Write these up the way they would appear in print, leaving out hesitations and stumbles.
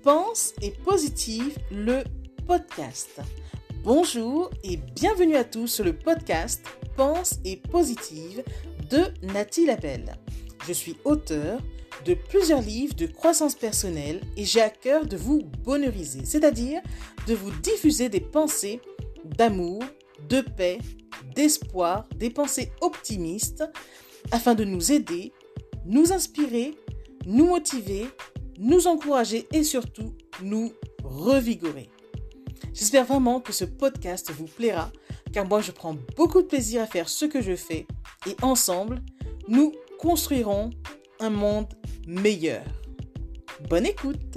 Pense et Positive, le podcast. Bonjour et bienvenue à tous sur le podcast Pense et Positive de Nathalie Labelle. Je suis auteure de plusieurs livres de croissance personnelle et j'ai à cœur de vous bonheuriser, c'est-à-dire de vous diffuser des pensées d'amour, de paix, d'espoir, des pensées optimistes afin de nous aider, nous inspirer, nous motiver, nous encourager et surtout nous revigorer. J'espère vraiment que ce podcast vous plaira car moi je prends beaucoup de plaisir à faire ce que je fais et ensemble nous construirons un monde meilleur. Bonne écoute!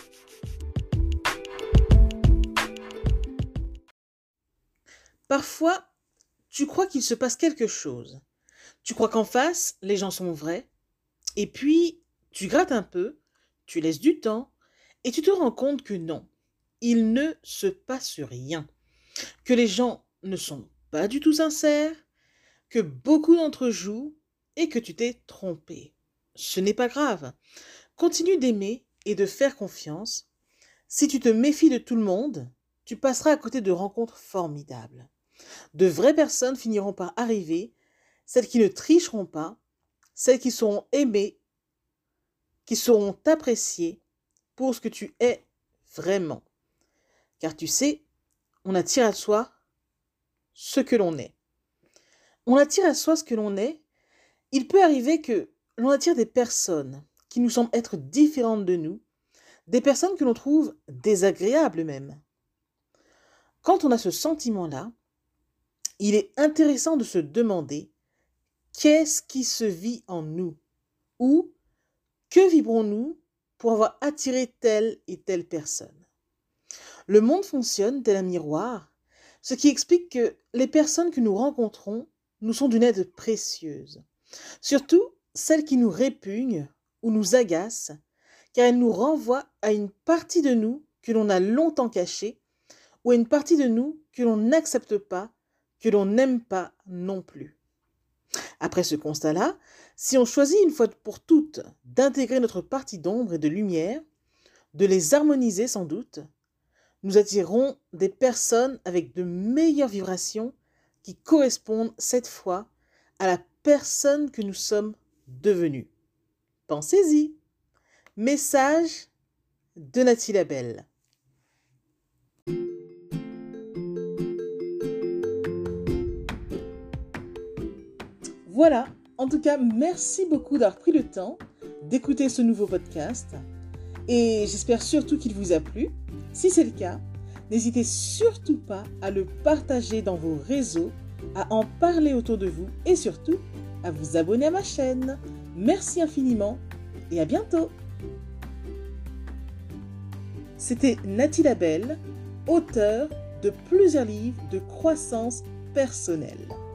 Parfois, tu crois qu'il se passe quelque chose. Tu crois qu'en face, les gens sont vrais. Et puis, tu grattes un peu, tu laisses du temps et tu te rends compte que non, il ne se passe rien. Que les gens ne sont pas du tout sincères, que beaucoup d'entre eux jouent et que tu t'es trompé. Ce n'est pas grave. Continue d'aimer et de faire confiance. Si tu te méfies de tout le monde, tu passeras à côté de rencontres formidables. De vraies personnes finiront par arriver, celles qui ne tricheront pas, celles qui seront aimées, qui seront appréciées pour ce que tu es vraiment. Car tu sais, on attire à soi ce que l'on est. On attire à soi ce que l'on est. Il peut arriver que l'on attire des personnes qui nous semblent être différentes de nous, des personnes que l'on trouve désagréables même. Quand on a ce sentiment-là, il est intéressant de se demander qu'est-ce qui se vit en nous ou que vibrons-nous pour avoir attiré telle et telle personne. Le monde fonctionne tel un miroir, ce qui explique que les personnes que nous rencontrons nous sont d'une aide précieuse. Surtout celles qui nous répugnent ou nous agacent, car elles nous renvoient à une partie de nous que l'on a longtemps cachée ou à une partie de nous que l'on n'accepte pas, que l'on n'aime pas non plus. Après ce constat-là, si on choisit une fois pour toutes d'intégrer notre partie d'ombre et de lumière, de les harmoniser sans doute, nous attirerons des personnes avec de meilleures vibrations qui correspondent cette fois à la personne que nous sommes devenus. Pensez-y. Message de Nathalie Labelle. Voilà, en tout cas, merci beaucoup d'avoir pris le temps d'écouter ce nouveau podcast et j'espère surtout qu'il vous a plu. Si c'est le cas, n'hésitez surtout pas à le partager dans vos réseaux, à en parler autour de vous et surtout à vous abonner à ma chaîne. Merci infiniment et à bientôt. C'était Nathalie Labelle, auteure de plusieurs livres de croissance personnelle.